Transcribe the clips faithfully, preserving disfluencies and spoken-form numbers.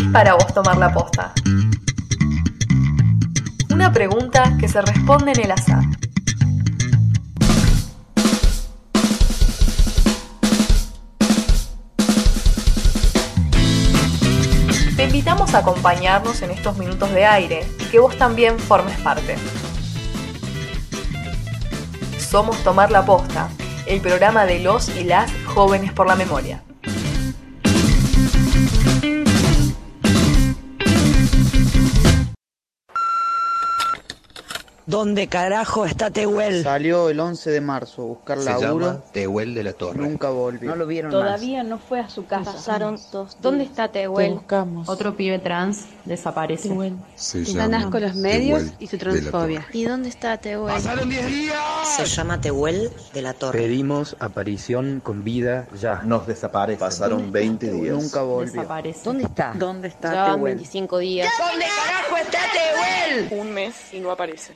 es para vos tomar la posta? Una pregunta que se responde en el azar. Te invitamos a acompañarnos en estos minutos de aire y que vos también formes parte. Somos Tomar la Posta, el programa de los y las jóvenes por la memoria. ¿Dónde carajo está Tehuel? Salió el once de marzo a buscar Se laburo. llama Tehuel de la Torre. Nunca volvió. No lo vieron Todavía no fue a su casa. Pasaron dos días. ¿Dónde está Te Tehuel? buscamos. Otro pibe trans desaparece. Tehuel. Se Están llama asco los medios Tehuel y su de la transfobia. Torre. ¿Y dónde está Tehuel? ¡Pasaron diez días! Se llama Tehuel de la Torre. Pedimos aparición con vida ya. Nos desaparece. Pasaron veinte días. Nunca volvió. Desaparece. ¿Dónde está? ¿Dónde está Llevan Tehuel? veinticinco días. ¿Dónde carajo está Tehuel? Un mes y no aparece.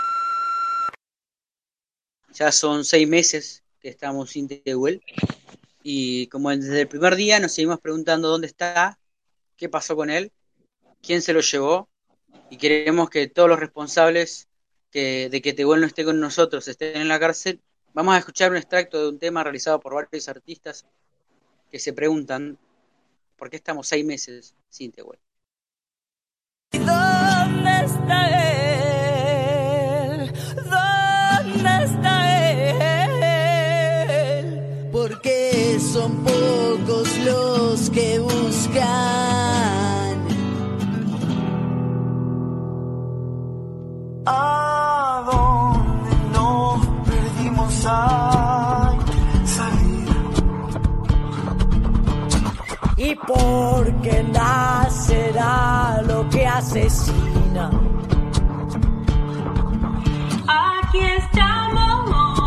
Ya son seis meses que estamos sin Tehuel y como desde el primer día nos seguimos preguntando dónde está, qué pasó con él, quién se lo llevó, y queremos que todos los responsables que, de que Tehuel no esté con nosotros estén en la cárcel. Vamos a escuchar un extracto de un tema realizado por varios artistas que se preguntan por qué estamos seis meses sin Tehuel. ¿Dónde está él? ¿Dónde está él? Porque son pocos los que buscan. ¿A dónde nos perdimos al salir? Y porque nacerá lo que asesina. Aquí estamos,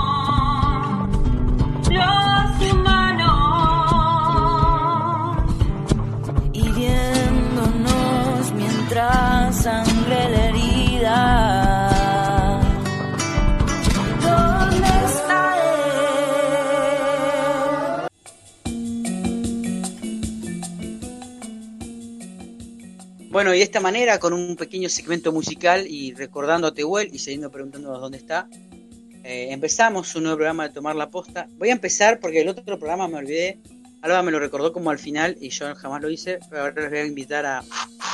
los humanos, Hiriéndonos mientras sangre la herida. ¿Dónde está él? Bueno, y de esta manera, con un pequeño segmento musical y recordando a Tehuel y siguiendo preguntándonos dónde está, eh, empezamos un nuevo programa de Tomar la Posta. Voy a empezar porque el otro programa me olvidé. Alba me lo recordó como al final y yo jamás lo hice, pero ahora les voy a invitar a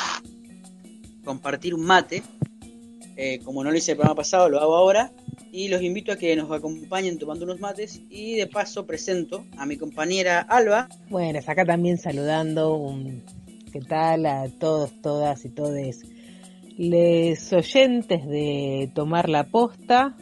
compartir un mate. Eh, como no lo hice el programa pasado, lo hago ahora. Y los invito a que nos acompañen tomando unos mates. Y de paso presento a mi compañera Alba. Buenas, acá también saludando. Un, ¿Qué tal a todos, todas y todes les oyentes de Tomar la Posta?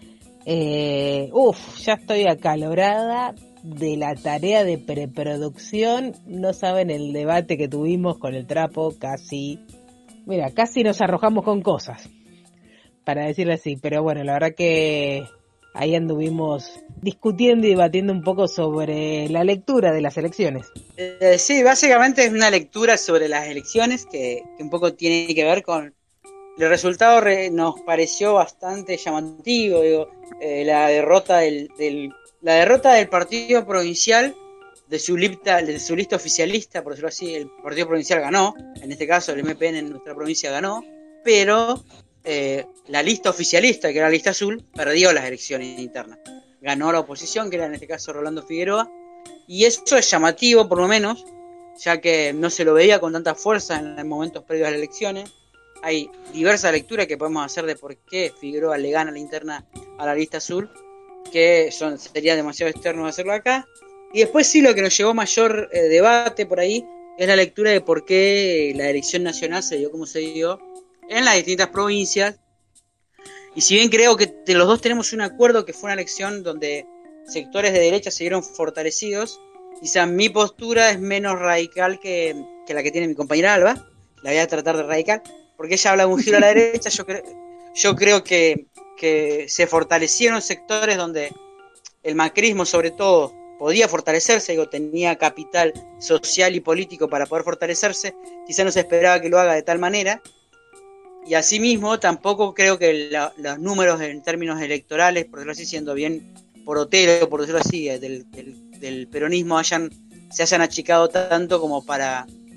Eh, uf, ya estoy acalorada de la tarea de preproducción. No saben el debate que tuvimos con el trapo, casi... Mira, casi nos arrojamos con cosas, para decirlo así, pero bueno, la verdad que ahí anduvimos discutiendo y debatiendo un poco sobre la lectura de las elecciones. Eh, sí, básicamente es una lectura sobre las elecciones que, que un poco tiene que ver con el resultado. Re, nos pareció bastante llamativo, digo, eh, la derrota del, del la derrota del partido provincial de su lista de su lista oficialista, por decirlo así. El partido provincial ganó, en este caso el M P N en nuestra provincia ganó, pero eh, la lista oficialista, que era la lista azul, perdió las elecciones internas. Ganó la oposición, que era en este caso Rolando Figueroa, y eso es llamativo por lo menos, ya que no se lo veía con tanta fuerza en momentos previos a las elecciones. Hay diversas lecturas que podemos hacer de por qué Figueroa le gana la interna a la lista azul, que son, sería demasiado externo hacerlo acá. Y después sí, lo que nos llevó mayor eh, debate por ahí es la lectura de por qué la elección nacional se dio como se dio en las distintas provincias. Y si bien creo que de los dos tenemos un acuerdo que fue una elección donde sectores de derecha se vieron fortalecidos, quizás mi postura es menos radical que, que la que tiene mi compañera Alba. La voy a tratar de radical, porque ella habla de un giro a la derecha. Yo, cre- yo creo que, que se fortalecieron sectores donde el macrismo, sobre todo, podía fortalecerse, digo, tenía capital social y político para poder fortalecerse. Quizá no se esperaba que lo haga de tal manera. Y asimismo, tampoco creo que la, los números en términos electorales, por decirlo así, siendo bien porotero, por decirlo así, del, del, del peronismo hayan, se hayan achicado tanto como para,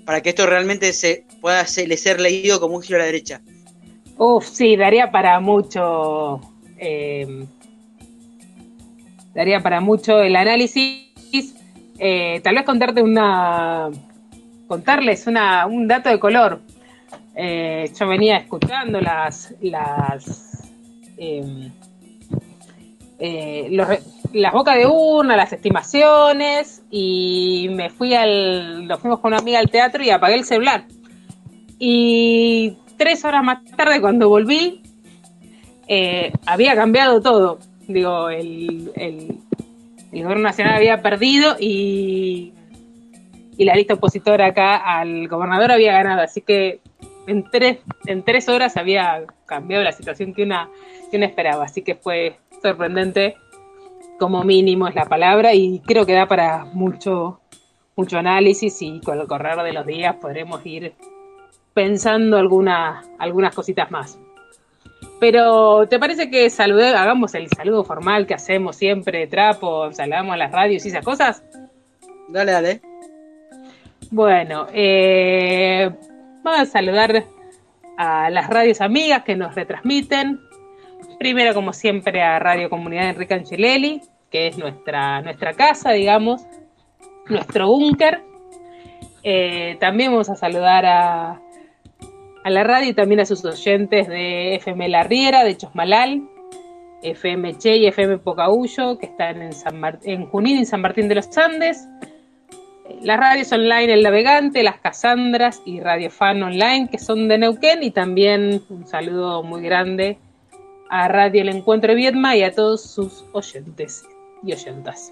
para que esto realmente se pueda ser, ser leído como un giro a la derecha? Uf, sí, daría para mucho, eh, daría para mucho el análisis. Eh, tal vez contarte una, contarles una, un dato de color. Eh, yo venía escuchando las, las, eh, eh, los, las bocas de urna, las estimaciones, y me fui al, nos fuimos con una amiga al teatro y apagué el celular. Y tres horas más tarde, cuando volví, eh, había cambiado todo. Digo, el, el, el gobierno nacional había perdido y, y la lista opositora acá al gobernador había ganado. Así que en tres, en tres horas había cambiado la situación que una, que una esperaba. Así que fue sorprendente, como mínimo es la palabra, y creo que da para mucho, mucho análisis, y con el correr de los días podremos ir pensando alguna, algunas cositas más. Pero, ¿te parece que salude, hagamos el saludo formal que hacemos siempre, trapo, saludamos a las radios y esas cosas? Dale, dale. Bueno, eh, vamos a saludar a las radios amigas que nos retransmiten. Primero, como siempre, a Radio Comunidad Enrique Angelelli, que es nuestra, nuestra casa, digamos, nuestro búnker. Eh, también vamos a saludar a a la radio y también a sus oyentes de F M La Riera, de Chosmalal, F M Che y F M Pocahuyo, que están en, San Mart- en Junín y San Martín de los Andes. Las radios online El Navegante, Las Casandras y Radio Fan Online, que son de Neuquén, y también un saludo muy grande a Radio El Encuentro de Viedma y a todos sus oyentes y oyentas.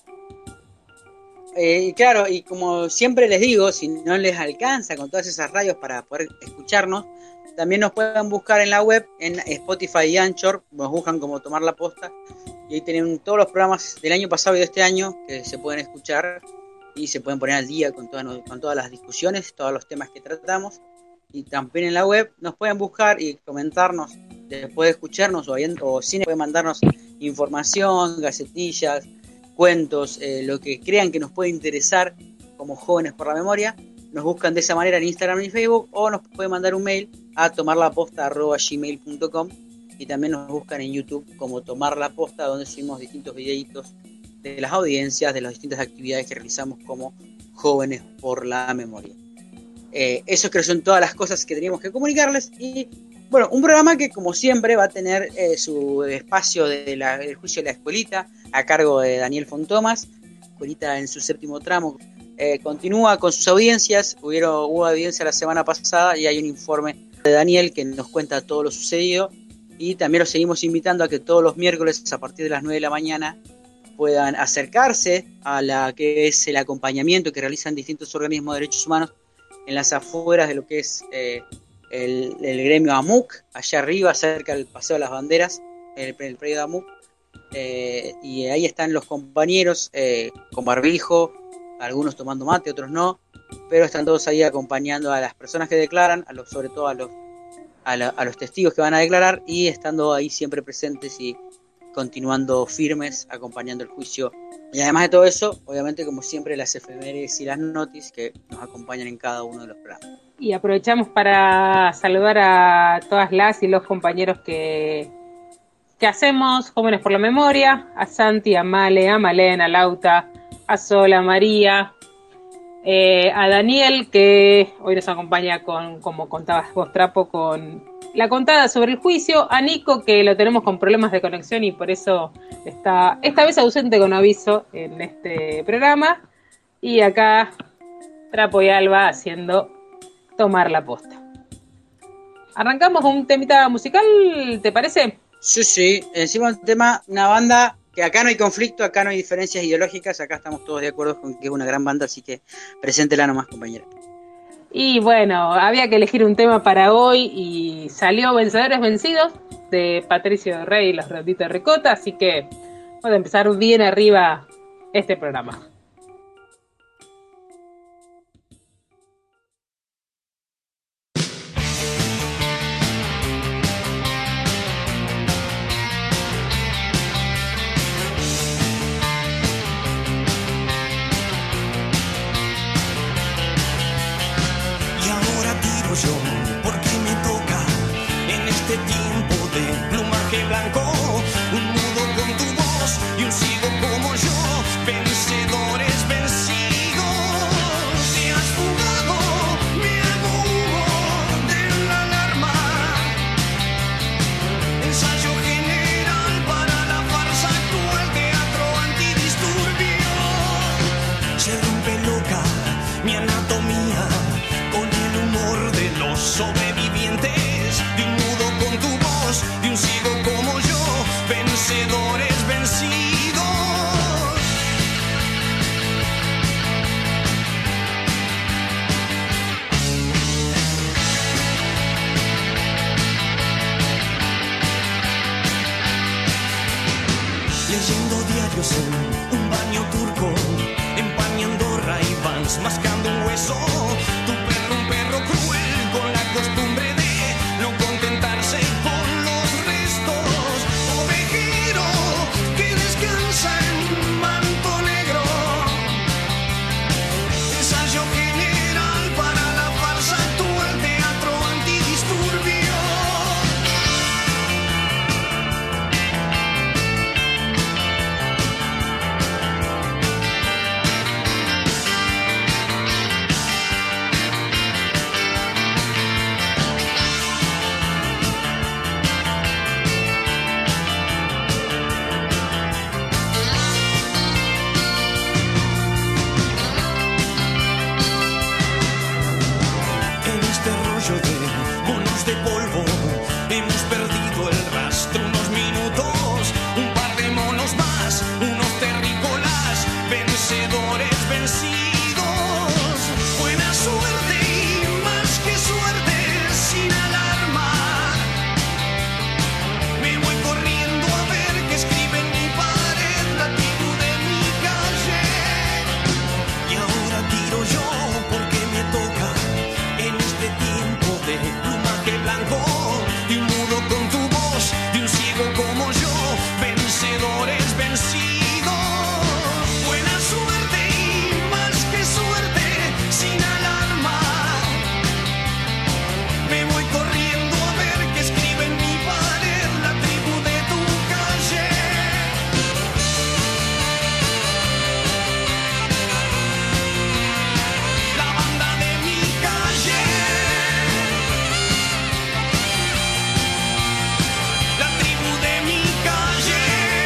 Eh, claro, y como siempre les digo, si no les alcanza con todas esas radios para poder escucharnos, también nos pueden buscar en la web, en Spotify y Anchor, nos buscan como Tomar la Posta, y ahí tienen todos los programas del año pasado y de este año que se pueden escuchar y se pueden poner al día con todas, con todas las discusiones, todos los temas que tratamos. Y también en la web nos pueden buscar y comentarnos después de escucharnos, o, bien, o cine, pueden mandarnos información, gacetillas, cuentos, eh, lo que crean que nos puede interesar como Jóvenes por la Memoria. Nos buscan de esa manera en Instagram y Facebook, o nos pueden mandar un mail a tomarlaposta arroba gmail punto com, y también nos buscan en YouTube como Tomar la Posta, donde subimos distintos videitos de las audiencias, de las distintas actividades que realizamos como Jóvenes por la Memoria. Eh, eso creo que son todas las cosas que teníamos que comunicarles. Y bueno, un programa que como siempre va a tener eh, su espacio de la, del juicio de la escuelita a cargo de Daniel Fontomas. Escuelita en su séptimo tramo eh, continúa con sus audiencias. Hubieron, hubo audiencia la semana pasada y hay un informe de Daniel que nos cuenta todo lo sucedido. Y también los seguimos invitando a que todos los miércoles a partir de las nueve de la mañana puedan acercarse a la que es el acompañamiento que realizan distintos organismos de derechos humanos en las afueras de lo que es eh, el, el gremio AMUC, allá arriba, cerca del Paseo de las Banderas, en el, el predio de AMUC. Eh, y ahí están los compañeros eh, con barbijo, algunos tomando mate, otros no, pero están todos ahí acompañando a las personas que declaran, a los, sobre todo a los, a, la, a los testigos que van a declarar, y estando ahí siempre presentes y continuando firmes, acompañando el juicio. Y además de todo eso, obviamente, como siempre, las efemérides y las noticias que nos acompañan en cada uno de los programas. Y aprovechamos para saludar a todas las y los compañeros que, que hacemos Jóvenes por la Memoria, a Santi, a Male, a Malena, a Lauta, a Sol, a María, eh, a Daniel, que hoy nos acompaña con, como contabas vos, Trapo, con la contada sobre el juicio, a Nico, que lo tenemos con problemas de conexión y por eso está esta vez ausente con aviso en este programa, y acá Trapo y Alba haciendo Tomar la Posta. Arrancamos con un temita musical, ¿te parece? Sí, sí, encima un tema, una banda que acá no hay conflicto, acá no hay diferencias ideológicas, acá estamos todos de acuerdo con que es una gran banda, así que preséntela nomás, compañera. Y bueno, había que elegir un tema para hoy y salió Vencedores Vencidos de Patricio Rey y los Redonditos de Ricota, así que vamos a empezar bien arriba este programa. yo, porque me toca en este tiempo de plumaje blanco, un mudo con tu voz y un ciego como yo, vencedores vencidos. Te has fugado, me hago humo de la alarma, ensayo general para la farsa actual, teatro antidisturbio. Se rompe loca mi anatomía con el humor de los sobrevivientes, de un mudo con tu voz, de un ciego como yo, vencedores vencidos. Leyendo diarios en un baño turco, empañando Ray-Bans, mascando un hueso. Tu perro, un perro cruel, con la costumbre de no contentarse con los restos. Ovejero que descansa en manto negro, ensayo general para la farsa actual, teatro antidisturbio. En este rollo de bonos de polvo hemos perdido el rastro unos minutos, un par de monos más, unos terrícolas, vencedores vencidos. Buena suerte y más que suerte, sin alarma. Me voy corriendo a ver qué escribe en mi pared la tribu de mi calle. Y ahora tiro yo porque me toca en este tiempo de plumaje blanco, de un mudo con tu voz, de un ciego como yo, vencedores vencidos. Buena suerte y más que suerte, sin alarma. Me voy corriendo a ver qué escribe en mi pared la tribu de tu calle. La banda de mi calle, la tribu de mi calle.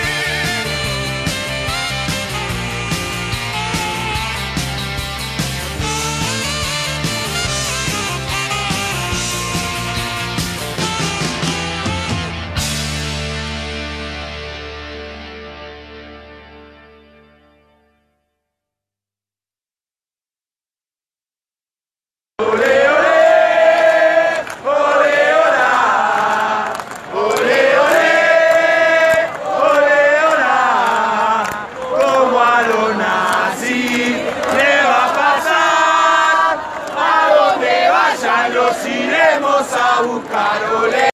Como a lo nazi le va a pasar, a donde vayan los iremos a buscar. Olé.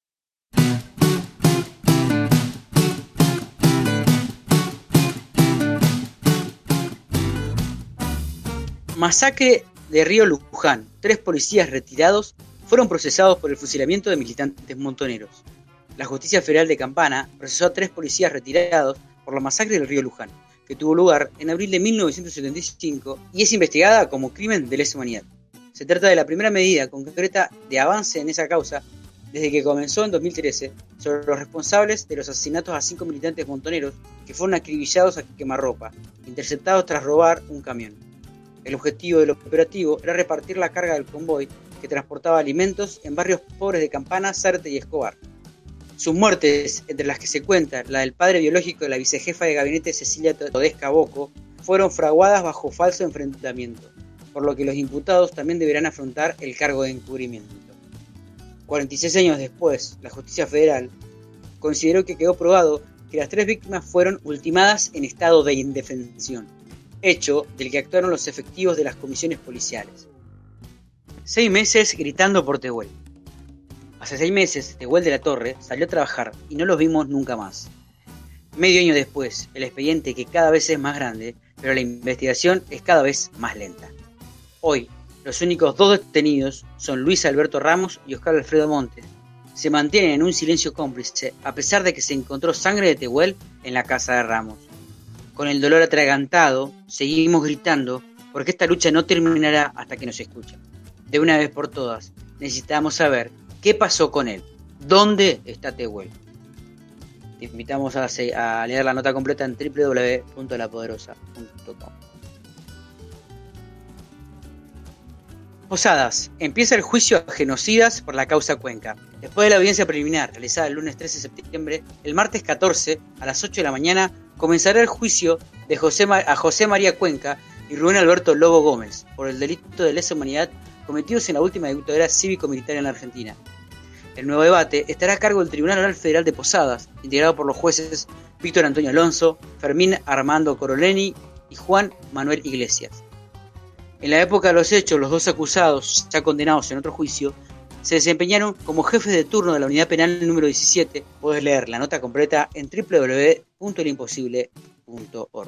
Masacre de Río Luján. Tres policías retirados fueron procesados por el fusilamiento de militantes montoneros. La Justicia Federal de Campana procesó a tres policías retirados por la masacre del Río Luján, que tuvo lugar en abril de mil novecientos setenta y cinco y es investigada como crimen de lesa humanidad. Se trata de la primera medida concreta de avance en esa causa desde que comenzó en dos mil trece sobre los responsables de los asesinatos a cinco militantes montoneros que fueron acribillados a quemarropa, interceptados tras robar un camión. El objetivo del operativo era repartir la carga del convoy que transportaba alimentos en barrios pobres de Campana, Sarte y Escobar. Sus muertes, entre las que se cuenta la del padre biológico de la vicejefa de gabinete Cecilia Todesca Bocco, fueron fraguadas bajo falso enfrentamiento, por lo que los imputados también deberán afrontar el cargo de encubrimiento. cuarenta y seis años después, la Justicia Federal consideró que quedó probado que las tres víctimas fueron ultimadas en estado de indefensión, hecho del que actuaron los efectivos de las comisiones policiales. Seis meses gritando por Tehuel. Hace seis meses, Tehuel de la Torre salió a trabajar y no los vimos nunca más. Medio año después, el expediente que cada vez es más grande, pero la investigación es cada vez más lenta. Hoy, Los únicos dos detenidos son Luis Alberto Ramos y Oscar Alfredo Montes. Se mantienen en un silencio cómplice a pesar de que se encontró sangre de Tehuel en la casa de Ramos. Con el dolor atragantado, seguimos gritando porque esta lucha no terminará hasta que nos escuchen. De una vez por todas, necesitamos saber qué pasó con él. ¿Dónde está Tehuel? Te invitamos a, a leer la nota completa en doble u doble u doble u punto la poderosa punto com. Posadas. Empieza el juicio a genocidas por la causa Cuenca. Después de la audiencia preliminar realizada el lunes trece de septiembre, el martes catorce a las ocho de la mañana comenzará el juicio de José, a José María Cuenca y Rubén Alberto Lobo Gómez por el delito de lesa humanidad cometidos en la última dictadura cívico-militar en la Argentina. El nuevo debate estará a cargo del Tribunal Oral Federal de Posadas, integrado por los jueces Víctor Antonio Alonso, Fermín Armando Coroleni y Juan Manuel Iglesias. En la época de los hechos, los dos acusados, ya condenados en otro juicio, se desempeñaron como jefes de turno de la unidad penal número diecisiete. Puedes leer la nota completa en doble u doble u doble u punto el imposible punto org.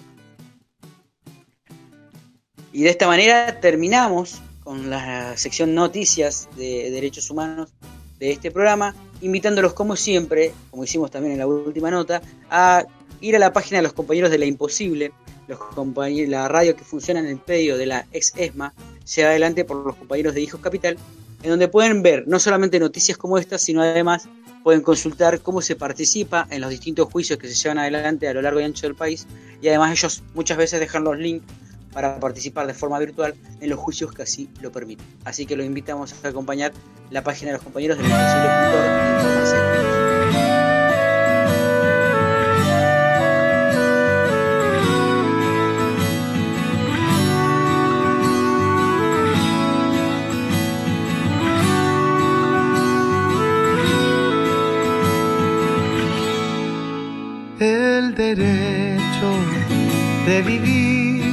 Y de esta manera terminamos con la sección noticias de derechos humanos de este programa, invitándolos como siempre, como hicimos también en la última nota, a ir a la página de los compañeros de La Imposible, los compañeros, la radio que funciona en el predio de la ex ESMA, lleva adelante por los compañeros de Hijos Capital, en donde pueden ver no solamente noticias como estas, sino además pueden consultar cómo se participa en los distintos juicios que se llevan adelante a lo largo y ancho del país, y además ellos muchas veces dejan los links para participar de forma virtual en los juicios que así lo permiten. Así que los invitamos a acompañar la página de los compañeros de La Imposible punto org y informarse. El derecho de vivir,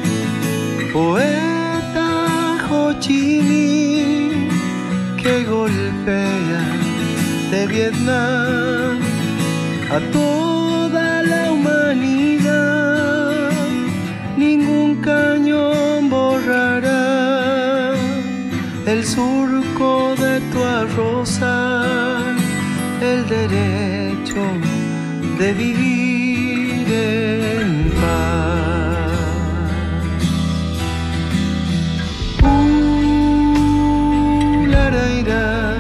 poeta Ho Chi Minh, que golpea de Vietnam a toda la humanidad. Ningún cañón borrará el surco de tu arrozal. El derecho de vivir en paz. Uh, la, la, ira,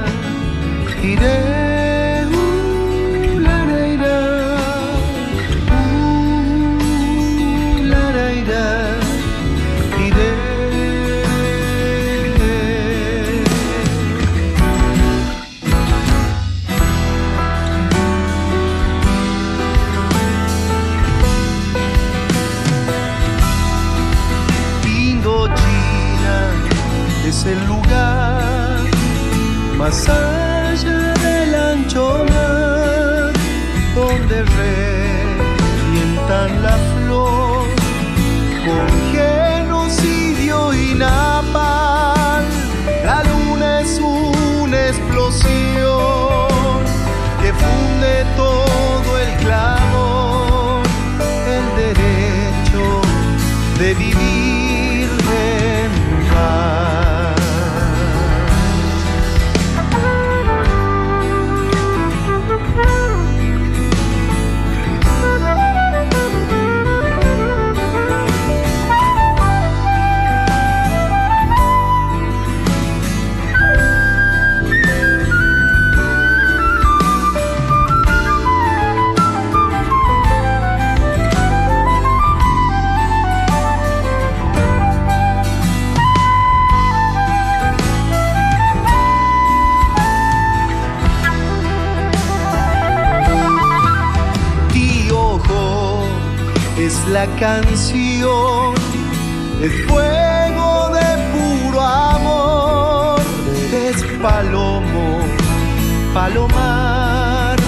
iré, uh, la, la, ira, uh, la, la, ira, iré. Es el lugar más allá del ancho mar, donde revientan la flor con genocidio y napal. La luna es una explosión que funde todo el clamor. El derecho de vivir en paz. Es la canción, es fuego de puro amor, es palomo, palomar,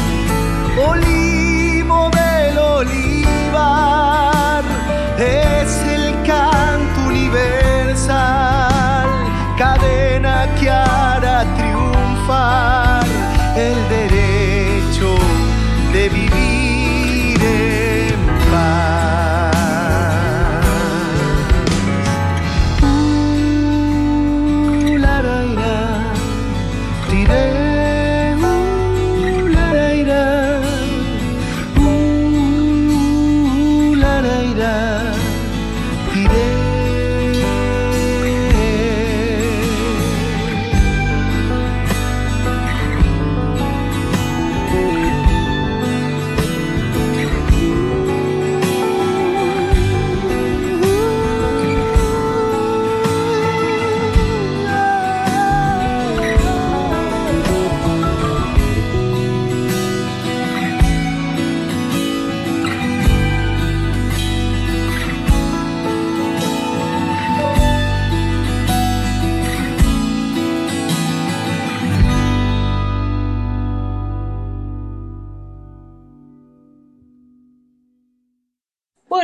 olivo del olivar, es el canto universal, cadena que hará triunfar el derecho de vivir en paz.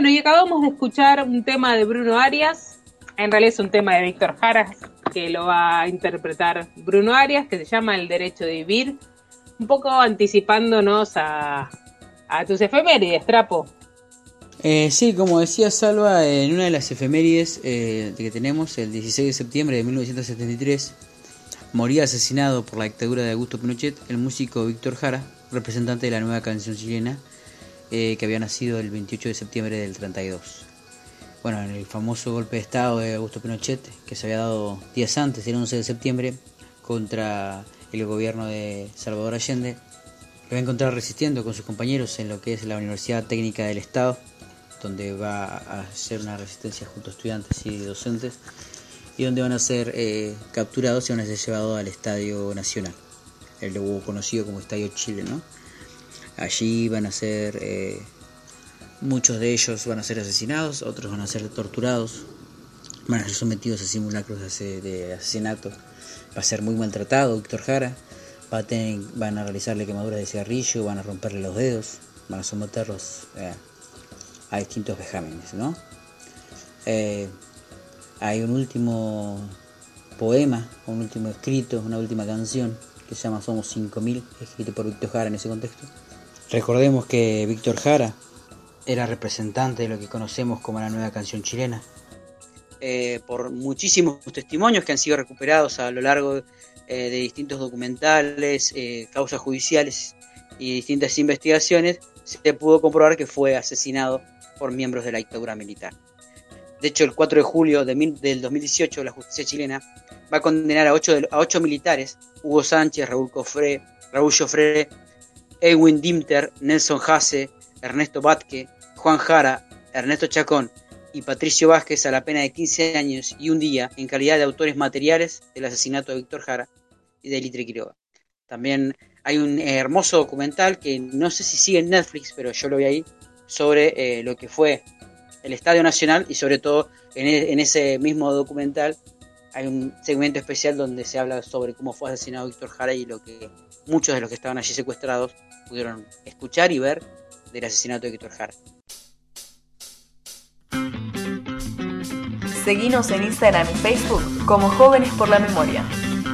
Bueno, y acabamos de escuchar un tema de Bruno Arias, en realidad es un tema de Víctor Jara, que lo va a interpretar Bruno Arias, que se llama El Derecho de Vivir, un poco anticipándonos a, a tus efemérides, Trapo. Eh, sí, como decía Salva, en una de las efemérides eh, que tenemos, el dieciséis de septiembre de mil novecientos setenta y tres, moría asesinado por la dictadura de Augusto Pinochet el músico Víctor Jara, representante de la nueva canción chilena, eh, que había nacido el veintiocho de septiembre del treinta y dos. Bueno, en el famoso golpe de estado de Augusto Pinochet, que se había dado días antes, el once de septiembre, contra el gobierno de Salvador Allende, lo va a encontrar resistiendo con sus compañeros en lo que es la Universidad Técnica del Estado, donde va a hacer una resistencia junto a estudiantes y docentes, y donde van a ser eh, capturados y van a ser llevados al Estadio Nacional, el luego conocido como Estadio Chile, ¿no? Allí van a ser, eh, muchos de ellos van a ser asesinados, otros van a ser torturados, van a ser sometidos a simulacros de, de asesinato, va a ser muy maltratado Víctor Jara, va a tener, van a realizarle quemaduras de cigarrillo, van a romperle los dedos, van a someterlos eh, a distintos vejámenes, ¿no? Eh, hay un último poema, un último escrito, una última canción que se llama Somos cinco mil, escrito por Víctor Jara en ese contexto. Recordemos que Víctor Jara era representante de lo que conocemos como la nueva canción chilena. Eh, por muchísimos testimonios que han sido recuperados a lo largo eh, de distintos documentales, eh, causas judiciales y distintas investigaciones, se pudo comprobar que fue asesinado por miembros de la dictadura militar. De hecho, el cuatro de julio de mil, del dos mil dieciocho, la justicia chilena va a condenar a ocho, de, a ocho militares: Hugo Sánchez, Raúl Cofré, Raúl Joffre, Edwin Dimter, Nelson Hasse, Ernesto Batke, Juan Jara, Ernesto Chacón y Patricio Vázquez a la pena de quince años y un día en calidad de autores materiales del asesinato de Víctor Jara y de Litre Quiroga. También hay un hermoso documental que no sé si sigue en Netflix, pero yo lo vi ahí, sobre eh, lo que fue el Estadio Nacional, y sobre todo en, e- en ese mismo documental hay un segmento especial donde se habla sobre cómo fue asesinado Víctor Jara y lo que muchos de los que estaban allí secuestrados pudieron escuchar y ver del asesinato de Víctor Jara. Seguinos en Instagram y Facebook como Jóvenes por la Memoria.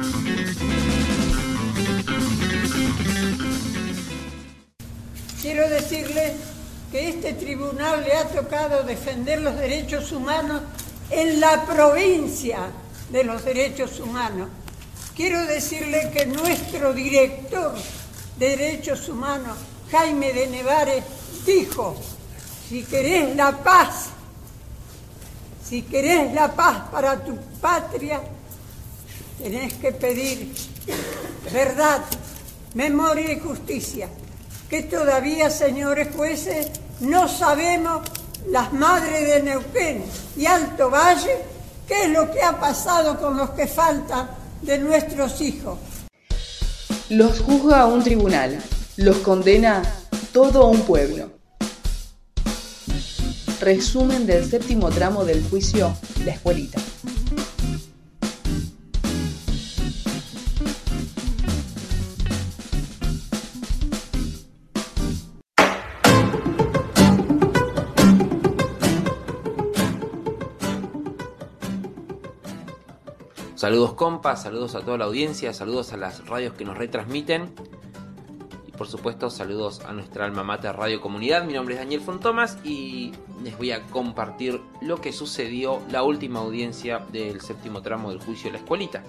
Quiero decirle que este tribunal le ha tocado defender los derechos humanos en la provincia de los derechos humanos. Quiero decirle que nuestro director de derechos humanos, Jaime de Nevares, dijo: si querés la paz, si querés la paz para tu patria, tenés que pedir verdad, memoria y justicia. Que todavía, señores jueces, no sabemos, las madres de Neuquén y Alto Valle, qué es lo que ha pasado con los que faltan de nuestros hijos. Los juzga un tribunal, los condena todo un pueblo. Resumen del séptimo tramo del juicio La Escuelita. Saludos compas, saludos a toda la audiencia, saludos a las radios que nos retransmiten y por supuesto saludos a nuestra alma mater Radio Comunidad. Mi nombre es Daniel Fontomas y les voy a compartir lo que sucedió la última audiencia del séptimo tramo del juicio La Escuelita.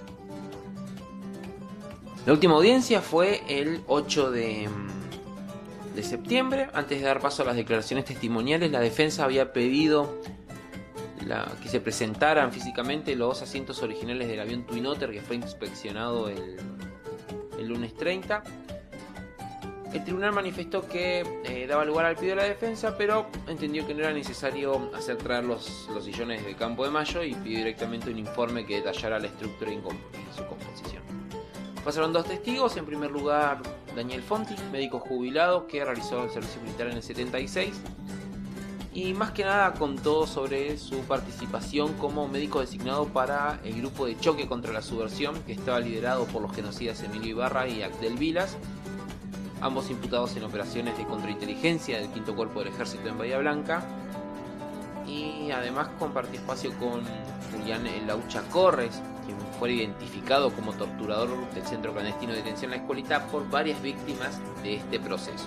La última audiencia fue el ocho de septiembre. Antes de dar paso a las declaraciones testimoniales, la defensa había pedido La, que se presentaran físicamente los asientos originales del avión Twin Otter que fue inspeccionado el, el lunes treinta. El tribunal manifestó que eh, daba lugar al pedido de la defensa, pero entendió que no era necesario hacer traer los, los sillones del Campo de Mayo y pidió directamente un informe que detallara la estructura y su composición. Pasaron dos testigos. En primer lugar, Daniel Fonti, médico jubilado que realizó el servicio militar en el setenta y seis. Y más que nada contó sobre su participación como médico designado para el grupo de choque contra la subversión que estaba liderado por los genocidas Emilio Ibarra y Abdel Vilas, ambos imputados en operaciones de contrainteligencia del quinto Cuerpo del Ejército en Bahía Blanca, y además compartió espacio con Julián Laucha Corres, quien fue identificado como torturador del centro clandestino de detención La Escuelita por varias víctimas de este proceso.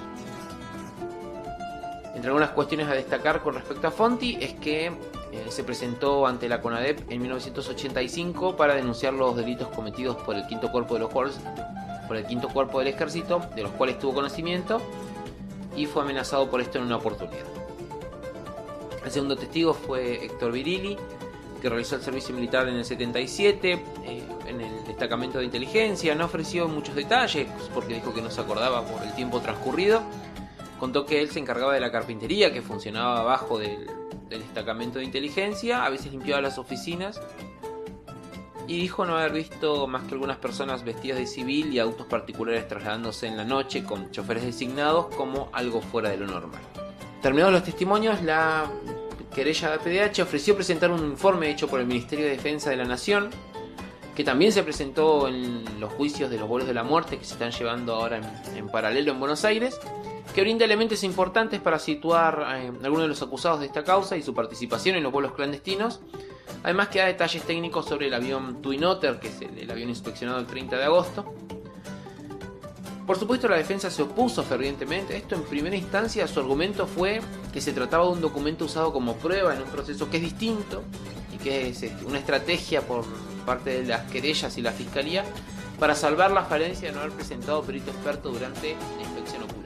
Entre algunas cuestiones a destacar con respecto a Fonti es que eh, se presentó ante la CONADEP en mil novecientos ochenta y cinco para denunciar los delitos cometidos por el quinto cuerpo de los Halls, por el quinto cuerpo del ejército, de los cuales tuvo conocimiento, y fue amenazado por esto en una oportunidad. El segundo testigo fue Héctor Virilli, que realizó el servicio militar en el setenta y siete, eh, en el destacamento de inteligencia. No ofreció muchos detalles porque dijo que no se acordaba por el tiempo transcurrido. Contó que él se encargaba de la carpintería que funcionaba abajo del, del destacamento de inteligencia, a veces limpiaba las oficinas, y dijo no haber visto más que algunas personas vestidas de civil y autos particulares trasladándose en la noche con choferes designados como algo fuera de lo normal. Terminados los testimonios, la querella de A P D H ofreció presentar un informe hecho por el Ministerio de Defensa de la Nación, que también se presentó en los juicios de los vuelos de la muerte que se están llevando ahora en, en paralelo en Buenos Aires, que brinda elementos importantes para situar a eh, algunos de los acusados de esta causa y su participación en los vuelos clandestinos, además que da detalles técnicos sobre el avión Twin Otter, que es el, el avión inspeccionado el treinta de agosto. Por supuesto, la defensa se opuso fervientemente. Esto en primera instancia, su argumento fue que se trataba de un documento usado como prueba en un proceso que es distinto y que es una estrategia por parte de las querellas y la fiscalía para salvar la falencia de no haber presentado perito experto durante la inspección ocular.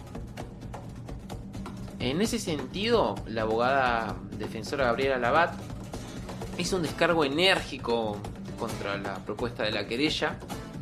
En ese sentido, la abogada defensora Gabriela Labat hizo un descargo enérgico contra la propuesta de la querella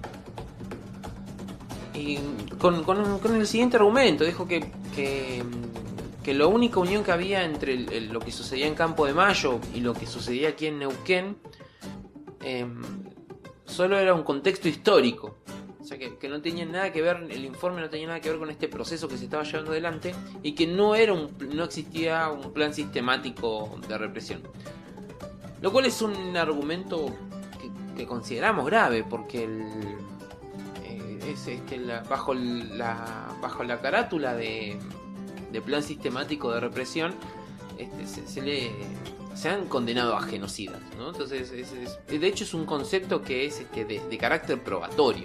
y con, con, con el siguiente argumento. Dijo que, que, que la única unión que había entre el, el, lo que sucedía en Campo de Mayo y lo que sucedía aquí en Neuquén eh, solo era un contexto histórico. O sea, que, que no tenía nada que ver, el informe no tenía nada que ver con este proceso que se estaba llevando adelante y que no, era un, no existía un plan sistemático de represión. Lo cual es un argumento que, que consideramos grave, porque el, eh, es, este, la, bajo, la, bajo la carátula de, de plan sistemático de represión este, se, se, le, se han condenado a genocidas, ¿no? Entonces, es, es, de hecho es un concepto que es este, de, de carácter probatorio.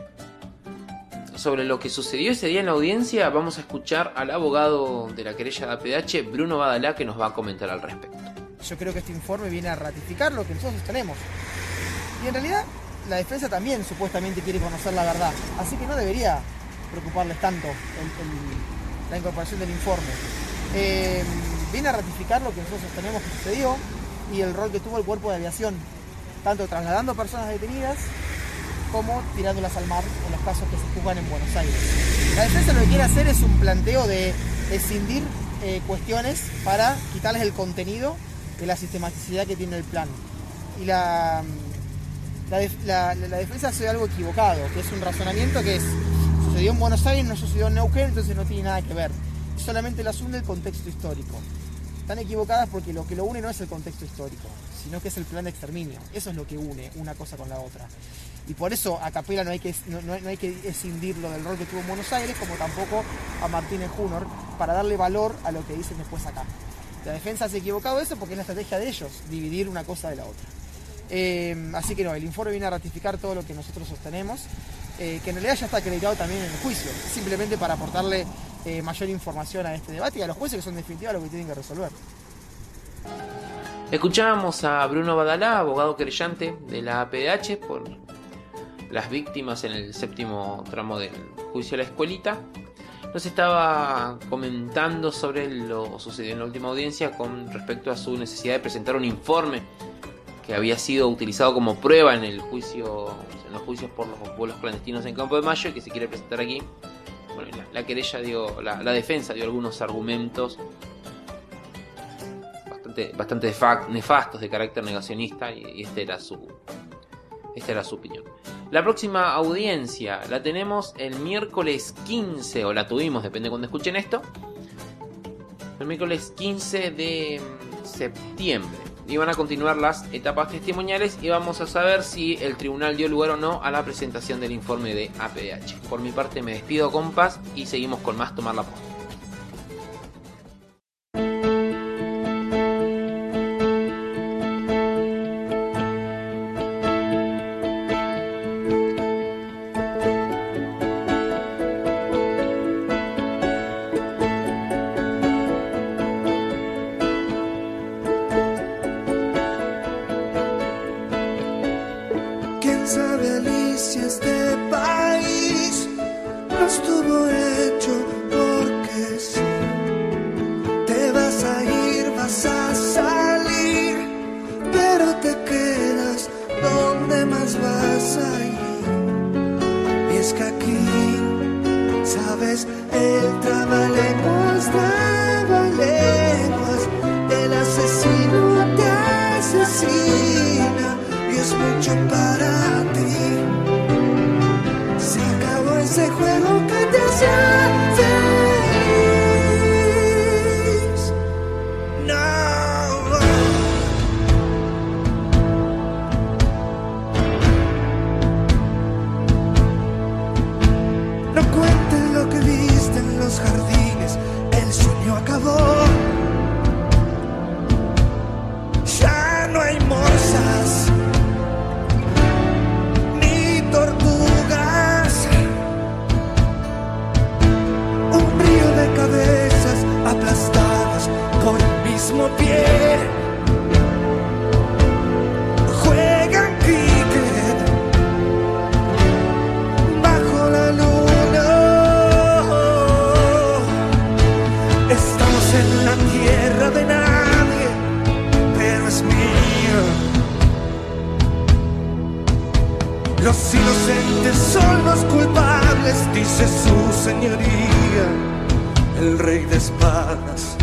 Sobre lo que sucedió ese día en la audiencia, vamos a escuchar al abogado de la querella de A P D H, Bruno Badalá, que nos va a comentar al respecto. Yo creo que este informe viene a ratificar lo que nosotros tenemos. Y en realidad, la defensa también supuestamente quiere conocer la verdad. Así que no debería preocuparles tanto el, el, la incorporación del informe. Eh, viene a ratificar lo que nosotros tenemos que sucedió y el rol que tuvo el cuerpo de aviación, tanto trasladando personas detenidas como tirándolas al mar en los casos que se juzgan en Buenos Aires. La defensa lo que quiere hacer es un planteo de escindir eh, cuestiones para quitarles el contenido de la sistematicidad que tiene el plan. Y la, la, la, la defensa hace algo equivocado, que es un razonamiento que es, sucedió en Buenos Aires, no sucedió en Neuquén, entonces no tiene nada que ver. Solamente las une el contexto histórico. Están equivocadas porque lo que lo une no es el contexto histórico, sino que es el plan de exterminio. Eso es lo que une una cosa con la otra. Y por eso a Capela no hay que, no, no hay que escindirlo del rol que tuvo en Buenos Aires, como tampoco a Martínez Junor, para darle valor a lo que dicen después acá. La defensa se ha equivocado de eso porque es la estrategia de ellos, dividir una cosa de la otra. Eh, así que no, el informe viene a ratificar todo lo que nosotros sostenemos, eh, que en realidad ya está acreditado también en el juicio, simplemente para aportarle eh, mayor información a este debate y a los jueces que son en definitiva lo que tienen que resolver. Escuchábamos a Bruno Badalá, abogado querellante de la A P D H por las víctimas en el séptimo tramo del juicio a la escuelita. Nos estaba comentando sobre lo sucedido en la última audiencia con respecto a su necesidad de presentar un informe que había sido utilizado como prueba en el juicio, en los juicios por los vuelos clandestinos en Campo de Mayo y que se quiere presentar aquí. Bueno, la, la querella dio, la, la defensa dio algunos argumentos bastante, bastante nefastos de carácter negacionista y, y este era su, esta era su opinión. La próxima audiencia la tenemos el miércoles quince, o la tuvimos, depende de cuando escuchen esto. El miércoles quince de septiembre. Y van a continuar las etapas testimoniales y vamos a saber si el tribunal dio lugar o no a la presentación del informe de A P D H. Por mi parte me despido, compas, y seguimos con más Tomar la Posta. ¿Quién sabe, Alicia, este país no estuvo hecho porque sí? Te vas a ir, vas a salir, pero te quedas donde más vas a ir. Y es que aquí, sabes, el trabalenguas, trabalenguas, el asesino te asesina y es mucho para ti. Se acabó ese juego que te hacía feliz. No. No cuentes lo que viste en los jardines, el sueño acabó. Ya no hay morsas ni tortugas, un río de cabezas aplastadas por el mismo pie. Juegan cricket bajo la luna. Estamos en la tierra de nadie, pero es mía. Los inocentes son los culpables, dice su señoría, el rey de espadas.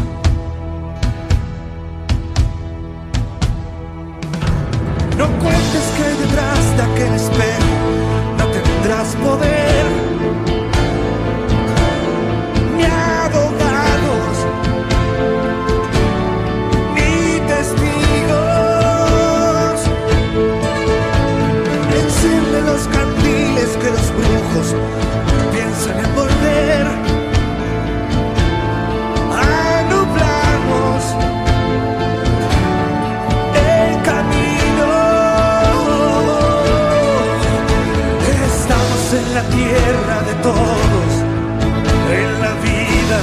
No cuentes que detrás de aquel espejo no tendrás poder, ni abogados, ni testigos. Enciende los candiles que los brujos piensan en volver a nublarnos el camino. Estamos en la tierra de todos, en la vida,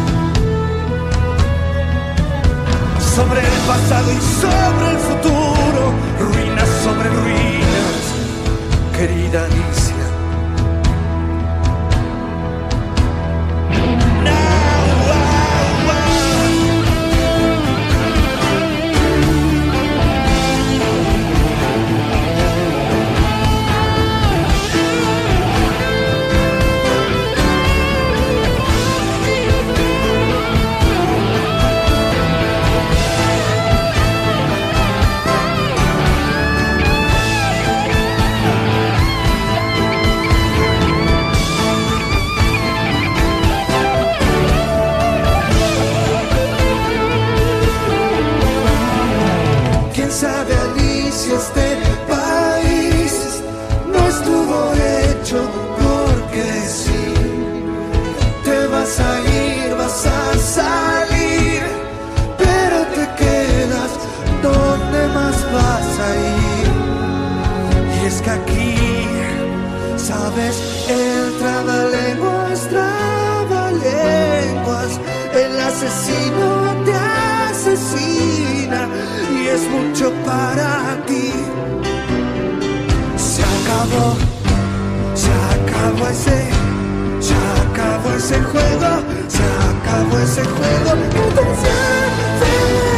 sobre el pasado y sobre el futuro, ruinas sobre ruinas, querida Alicia. ¿Quién sabe, Alicia, este país no estuvo hecho porque sí? Te vas a ir, vas a salir, pero te quedas donde más vas a ir. Y es que aquí, sabes, el trabalenguas, trabalenguas, el asesino te asesina y es mucho para ti. Se acabó, se acabó ese, se acabó ese juego, se acabó ese juego que te hacía feliz.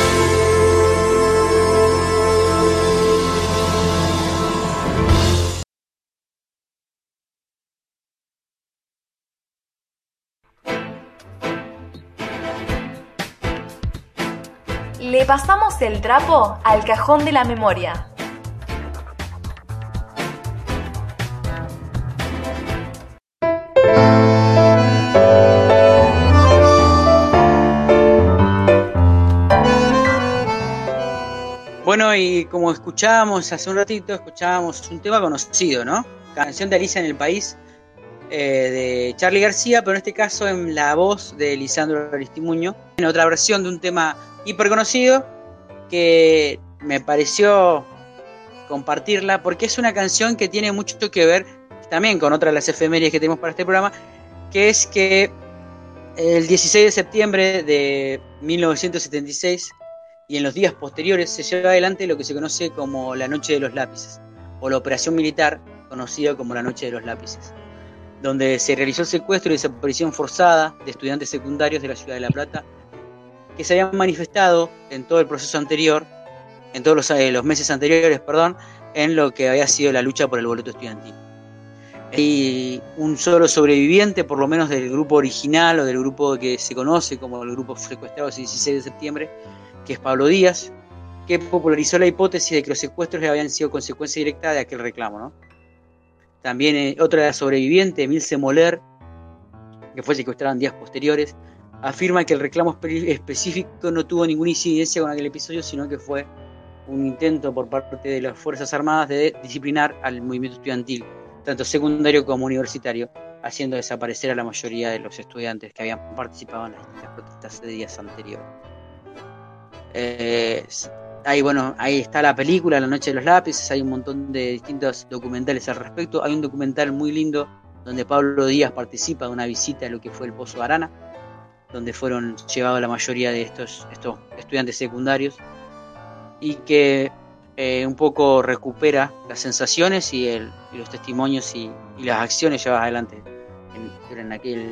Le pasamos el trapo al cajón de la memoria. Bueno, y como escuchábamos hace un ratito, escuchábamos un tema conocido, ¿no? Canción de Alicia en el País, eh, de Charly García, pero en este caso en la voz de Lisandro Aristimuño, en otra versión de un tema hiper conocido que me pareció compartirla porque es una canción que tiene mucho que ver también con otra de las efemérides que tenemos para este programa, que es que el dieciséis de septiembre de mil novecientos setenta y seis y en los días posteriores se lleva adelante lo que se conoce como la Noche de los Lápices, o la operación militar conocida como la Noche de los Lápices, donde se realizó el secuestro y desaparición forzada de estudiantes secundarios de la ciudad de La Plata que se habían manifestado en todo el proceso anterior, en todos los, eh, los meses anteriores, perdón, en lo que había sido la lucha por el boleto estudiantil. Y un solo sobreviviente, por lo menos del grupo original o del grupo que se conoce como el grupo secuestrados el dieciséis de septiembre, que es Pablo Díaz, que popularizó la hipótesis de que los secuestros habían sido consecuencia directa de aquel reclamo, ¿no? También eh, otra sobreviviente, Milce Moller, que fue secuestrada en días posteriores, afirma que el reclamo específico no tuvo ninguna incidencia con aquel episodio, sino que fue un intento por parte de las Fuerzas Armadas de disciplinar al movimiento estudiantil, tanto secundario como universitario, haciendo desaparecer a la mayoría de los estudiantes que habían participado en las, las protestas de días anteriores. Eh, ahí, bueno, ahí está la película La Noche de los Lápices, hay un montón de distintos documentales al respecto. Hay un documental muy lindo donde Pablo Díaz participa de una visita a lo que fue el Pozo de Arana, donde fueron llevados la mayoría de estos, estos estudiantes secundarios, y que eh, un poco recupera las sensaciones y, el, y los testimonios y, y las acciones llevadas adelante en, en, aquel,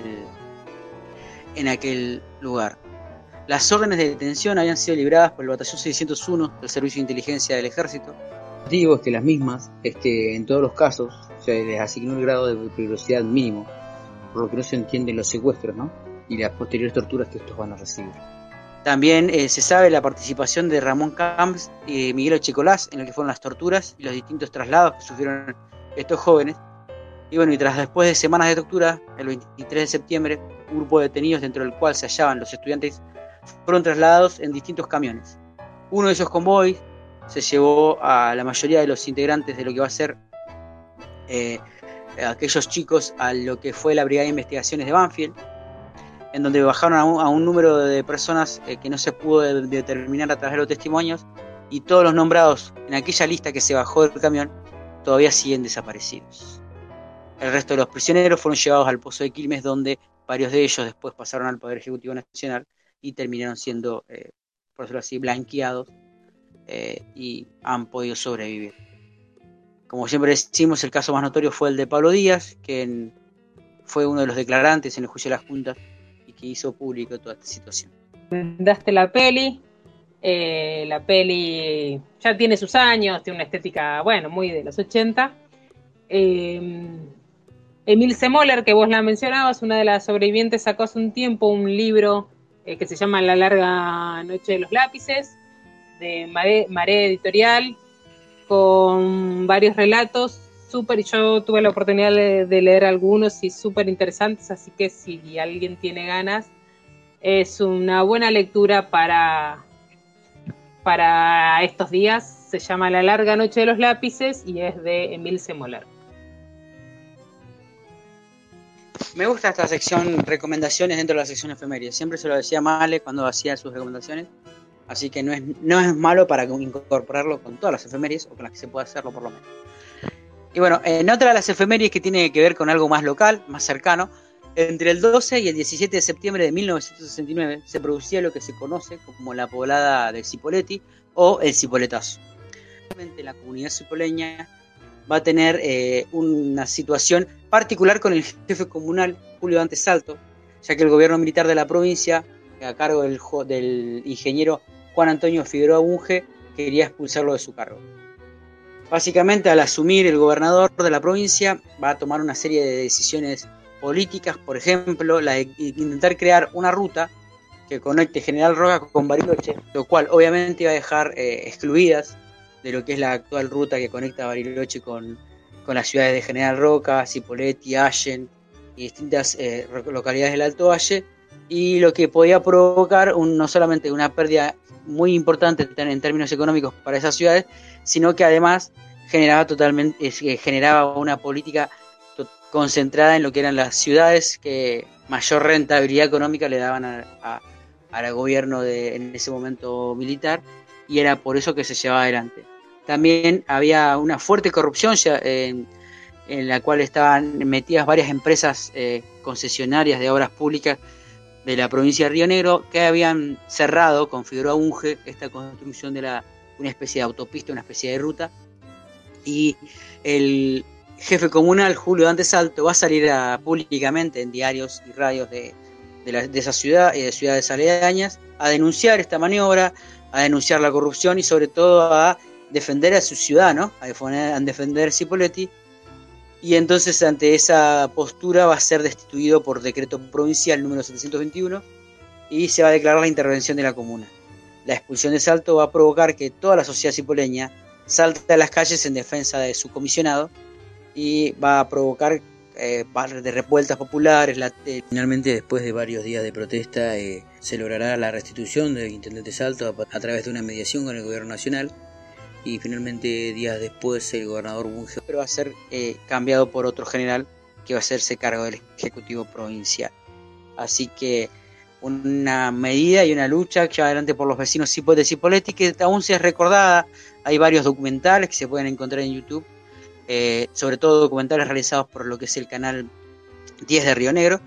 en aquel lugar. Las órdenes de detención habían sido libradas por el Batallón seiscientos uno del Servicio de Inteligencia del Ejército. Digo es que las mismas, es que en todos los casos se les asignó el grado de peligrosidad mínimo, por lo que no se entienden los secuestros, ¿no? Y las posteriores torturas que estos van a recibir. También eh, se sabe la participación de Ramón Camps y Miguel Echecolás en lo que fueron las torturas y los distintos traslados que sufrieron estos jóvenes. Y bueno, y tras después de semanas de tortura, el veintitrés de septiembre, un grupo de detenidos dentro del cual se hallaban los estudiantes fueron trasladados en distintos camiones. Uno de esos convoys se llevó a la mayoría de los integrantes de lo que va a ser eh, aquellos chicos a lo que fue la Brigada de Investigaciones de Banfield, en donde bajaron a un, a un número de personas eh, que no se pudo de, de determinar a través de los testimonios, y todos los nombrados en aquella lista que se bajó del camión todavía siguen desaparecidos. El resto de los prisioneros fueron llevados al Pozo de Quilmes, donde varios de ellos después pasaron al Poder Ejecutivo Nacional y terminaron siendo, eh, por decirlo así, blanqueados eh, y han podido sobrevivir. Como siempre decimos, el caso más notorio fue el de Pablo Díaz, que en, fue uno de los declarantes en el juicio de las juntas y que hizo público toda esta situación. Daste la peli, eh, la peli ya tiene sus años, tiene una estética, bueno, muy de los ochenta. Eh, Emilce Moller, que vos la mencionabas, una de las sobrevivientes, sacó hace un tiempo un libro eh, que se llama La Larga Noche de los Lápices, de Mare, Mare Editorial, con varios relatos súper, y yo tuve la oportunidad de, de leer algunos y súper interesantes, así que si alguien tiene ganas, es una buena lectura para, para estos días. Se llama La Larga Noche de los Lápices y es de Emilce Moller. Me gusta esta sección recomendaciones dentro de la sección efemérides. Siempre se lo decía Male cuando hacía sus recomendaciones, así que no es, no es malo para incorporarlo con todas las efemérides, o con las que se pueda hacerlo por lo menos. Y bueno, en otra de las efemérides que tiene que ver con algo más local, más cercano, entre el doce y el diecisiete de septiembre de mil novecientos sesenta y nueve se producía lo que se conoce como la poblada de Cipolletti o el Cipoletazo. La comunidad cipoleña va a tener eh, una situación particular con el jefe comunal Julio Dante Salto, ya que el gobierno militar de la provincia, a cargo del, del ingeniero Juan Antonio Figueroa Bunge, quería expulsarlo de su cargo. Básicamente, al asumir el gobernador de la provincia, va a tomar una serie de decisiones políticas, por ejemplo, la de intentar crear una ruta que conecte General Roca con Bariloche, lo cual obviamente iba a dejar eh, excluidas de lo que es la actual ruta que conecta Bariloche con, con las ciudades de General Roca, Cipolletti, Allen y distintas eh, localidades del Alto Valle, y lo que podía provocar un, no solamente una pérdida muy importante en términos económicos para esas ciudades, sino que además generaba totalmente eh, generaba una política to- concentrada en lo que eran las ciudades que mayor rentabilidad económica le daban a, a, al gobierno de, en ese momento militar, y era por eso que se llevaba adelante. También había una fuerte corrupción ya, eh, en la cual estaban metidas varias empresas eh, concesionarias de obras públicas de la provincia de Río Negro, que habían cerrado con Figueroa Bunge esta construcción de la, una especie de autopista, una especie de ruta, y el jefe comunal, Julio Dante Salto, va a salir a, públicamente en diarios y radios de, de, la, de esa ciudad y de ciudades aledañas a denunciar esta maniobra, a denunciar la corrupción y sobre todo a defender a su ciudad, ¿no? A defender, a defender Cipolletti. Y entonces ante esa postura va a ser destituido por decreto provincial número setecientos veintiuno y se va a declarar la intervención de la comuna. La expulsión de Salto va a provocar que toda la sociedad cipoleña salte a las calles en defensa de su comisionado y va a provocar eh, de revueltas populares. La, eh, finalmente, después de varios días de protesta, eh, se logrará la restitución del intendente Salto a, a través de una mediación con el gobierno nacional. Y finalmente, días después, el gobernador Bunge va a ser eh, cambiado por otro general que va a hacerse cargo del Ejecutivo Provincial. Así que una medida y una lucha que va adelante por los vecinos de Cipolletti, que aún se es recordada. Hay varios documentales que se pueden encontrar en YouTube, eh, sobre todo documentales realizados por lo que es el canal diez de Río Negro,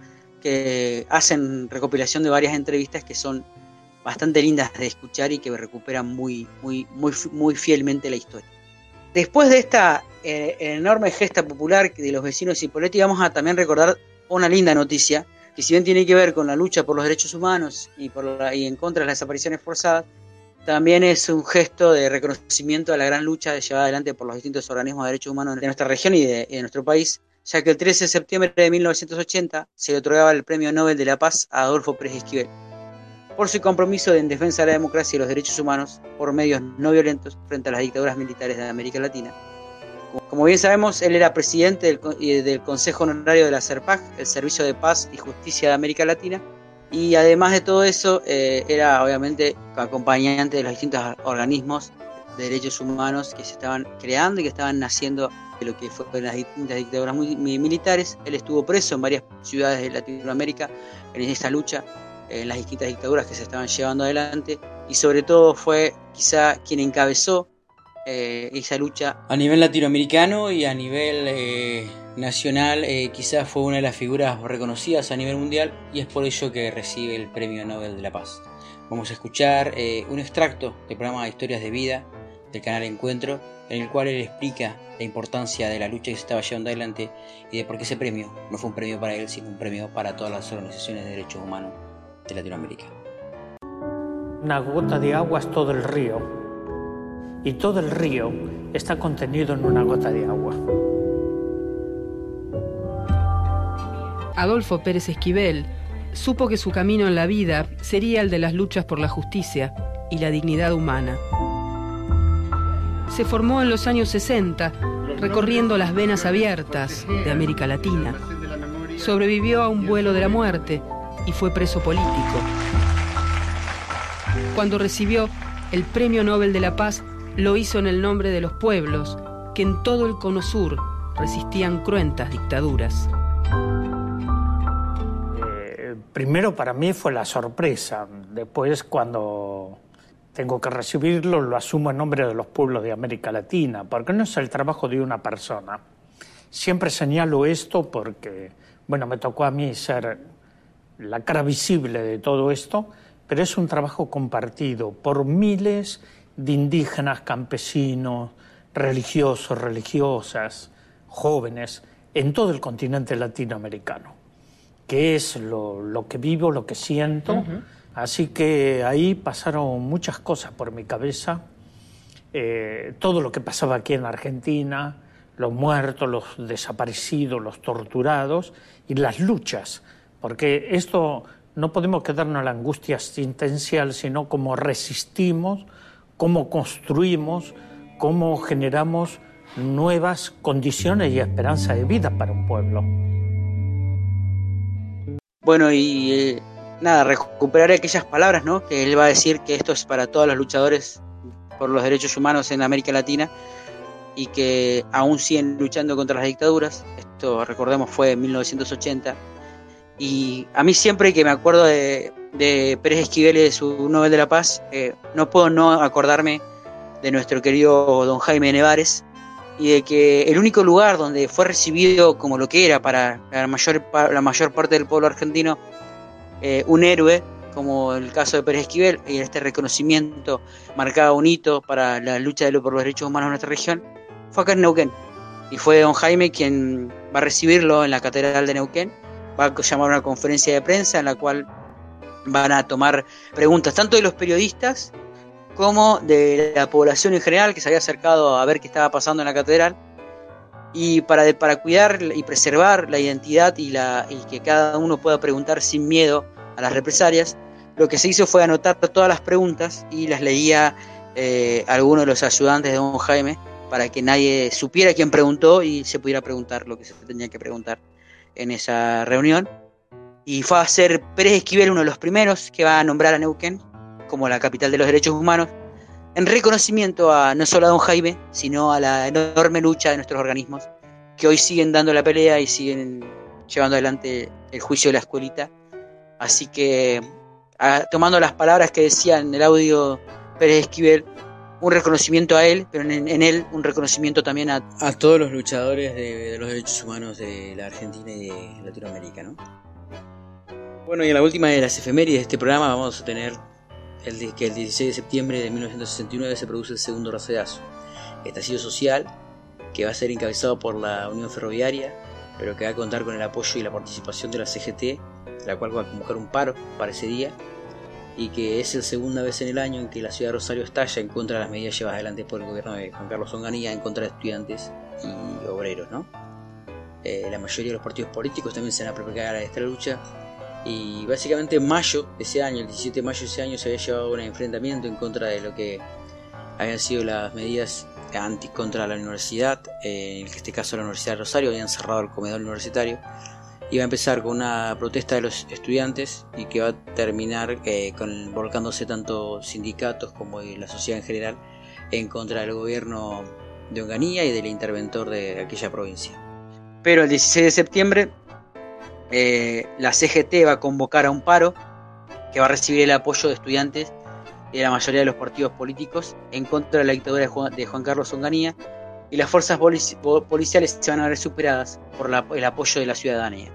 que hacen recopilación de varias entrevistas que son bastante lindas de escuchar y que recuperan muy, muy, muy, muy fielmente la historia. Después de esta eh, enorme gesta popular de los vecinos de Cipolletti, vamos a también recordar una linda noticia, que si bien tiene que ver con la lucha por los derechos humanos y, por la, y en contra de las desapariciones forzadas, también es un gesto de reconocimiento a la gran lucha llevada adelante por los distintos organismos de derechos humanos de nuestra región y de, y de nuestro país, ya que el trece de septiembre de mil novecientos ochenta se le otorgaba el Premio Nobel de la Paz a Adolfo Pérez Esquivel, por su compromiso en defensa de la democracia y los derechos humanos por medios no violentos frente a las dictaduras militares de América Latina. Como bien sabemos, él era presidente del, del Consejo Honorario de la CERPAC, el Servicio de Paz y Justicia de América Latina, y además de todo eso, eh, era obviamente acompañante de los distintos organismos de derechos humanos que se estaban creando y que estaban naciendo de lo que fueron las distintas dictaduras muy, muy militares. Él estuvo preso en varias ciudades de Latinoamérica en esta lucha, en las distintas dictaduras que se estaban llevando adelante, y sobre todo fue quizá quien encabezó eh, esa lucha a nivel latinoamericano y a nivel eh, nacional. Eh, quizás fue una de las figuras reconocidas a nivel mundial y es por ello que recibe el Premio Nobel de la Paz. Vamos a escuchar eh, un extracto del programa de Historias de Vida del canal Encuentro, en el cual él explica la importancia de la lucha que se estaba llevando adelante y de por qué ese premio no fue un premio para él, sino un premio para todas las organizaciones de derechos humanos de Latinoamérica. Una gota de agua es todo el río, y todo el río está contenido en una gota de agua. Adolfo Pérez Esquivel supo que su camino en la vida sería el de las luchas por la justicia y la dignidad humana. Se formó en los años sesenta, recorriendo las venas abiertas de América Latina. Sobrevivió a un vuelo de la muerte y fue preso político. Cuando recibió el Premio Nobel de la Paz, lo hizo en el nombre de los pueblos que en todo el Cono Sur resistían cruentas dictaduras. Eh, primero para mí fue la sorpresa. Después, cuando tengo que recibirlo, lo asumo en nombre de los pueblos de América Latina, porque no es el trabajo de una persona. Siempre señalo esto porque, bueno, me tocó a mí ser la cara visible de todo esto, pero es un trabajo compartido por miles de indígenas, campesinos, religiosos, religiosas, jóvenes, en todo el continente latinoamericano, que es lo, lo que vivo, lo que siento. Uh-huh. Así que ahí pasaron muchas cosas por mi cabeza, eh, todo lo que pasaba aquí en Argentina, los muertos, los desaparecidos, los torturados y las luchas, porque esto no podemos quedarnos en la angustia existencial, sino cómo resistimos, cómo construimos, cómo generamos nuevas condiciones y esperanza de vida para un pueblo. Bueno, y eh, nada, recuperaré aquellas palabras, ¿no?, que él va a decir que esto es para todos los luchadores por los derechos humanos en América Latina y que aún siguen luchando contra las dictaduras. Esto, recordemos, fue en mil novecientos ochenta. Y a mí siempre que me acuerdo de, de Pérez Esquivel y de su Nobel de la Paz, eh, no puedo no acordarme de nuestro querido don Jaime Nevares y de que el único lugar donde fue recibido como lo que era para la mayor, la mayor parte del pueblo argentino eh, un héroe, como el caso de Pérez Esquivel, y este reconocimiento marcaba un hito para la lucha de, por los derechos humanos en nuestra región, fue acá en Neuquén. Y fue don Jaime quien va a recibirlo en la Catedral de Neuquén. Va a llamar una conferencia de prensa en la cual van a tomar preguntas tanto de los periodistas como de la población en general que se había acercado a ver qué estaba pasando en la catedral, y para, de, para cuidar y preservar la identidad y, la, y que cada uno pueda preguntar sin miedo a las represalias, lo que se hizo fue anotar todas las preguntas y las leía eh, alguno de los ayudantes de don Jaime para que nadie supiera quién preguntó y se pudiera preguntar lo que se tenía que preguntar en esa reunión. Y fue a ser Pérez Esquivel uno de los primeros que va a nombrar a Neuquén como la capital de los derechos humanos, en reconocimiento a no solo a don Jaime, sino a la enorme lucha de nuestros organismos que hoy siguen dando la pelea y siguen llevando adelante el juicio de la escuelita. Así que, a, tomando las palabras que decía en el audio Pérez Esquivel, un reconocimiento a él, pero en, en él un reconocimiento también a, a todos los luchadores de, de los derechos humanos de la Argentina y de Latinoamérica, ¿no? Bueno, y en la última de las efemérides de este programa vamos a tener el de, que el dieciséis de septiembre de mil novecientos sesenta y nueve se produce el segundo racedazo, estallido social que va a ser encabezado por la Unión Ferroviaria, pero que va a contar con el apoyo y la participación de la C G T, la cual va a convocar un paro para ese día, y que es la segunda vez en el año en que la ciudad de Rosario estalla en contra de las medidas llevadas adelante por el gobierno de Juan Carlos Onganía en contra de estudiantes y obreros, ¿no? Eh, la mayoría de los partidos políticos también se van a preparar a esta lucha. Y básicamente en mayo de ese año, el diecisiete de mayo de ese año, se había llevado un enfrentamiento en contra de lo que habían sido las medidas anti contra la universidad, eh, en este caso la Universidad de Rosario. Habían cerrado el comedor universitario. Iba a empezar con una protesta de los estudiantes y que va a terminar eh, con, volcándose tanto sindicatos como de la sociedad en general en contra del gobierno de Onganía y del interventor de aquella provincia. Pero el dieciséis de septiembre Eh, la C G T va a convocar a un paro que va a recibir el apoyo de estudiantes y de la mayoría de los partidos políticos en contra de la dictadura de Juan, de Juan Carlos Onganía, y las fuerzas polici- policiales se van a ver superadas por la, el apoyo de la ciudadanía.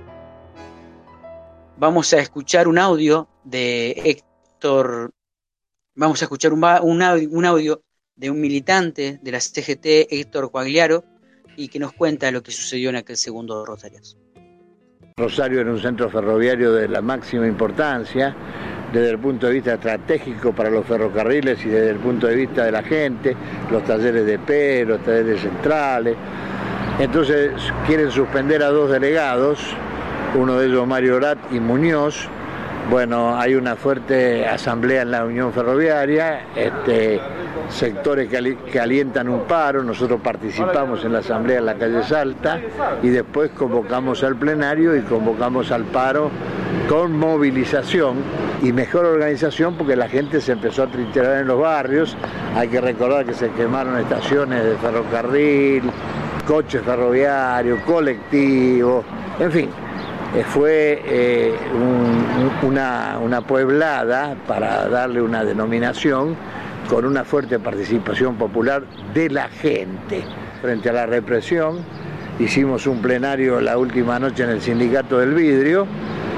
Vamos a escuchar un audio de Héctor, vamos a escuchar un, un, audio, un audio de un militante de la C G T, Héctor Quagliaro, y que nos cuenta lo que sucedió en aquel segundo Rosariazo. Rosario era un centro ferroviario de la máxima importancia desde el punto de vista estratégico para los ferrocarriles y desde el punto de vista de la gente, los talleres de P, los talleres centrales. Entonces quieren suspender a dos delegados, uno de ellos Mario Orat y Muñoz. Bueno, hay una fuerte asamblea en la Unión Ferroviaria, este, sectores que, ali- que alientan un paro. Nosotros participamos en la asamblea en la calle Salta y después convocamos al plenario y convocamos al paro con movilización y mejor organización, porque la gente se empezó a trincherar en los barrios. Hay que recordar que se quemaron estaciones de ferrocarril, coches ferroviarios, colectivos, en fin. Fue eh, un, una, una pueblada, para darle una denominación, con una fuerte participación popular de la gente. Frente a la represión, hicimos un plenario la última noche en el Sindicato del Vidrio,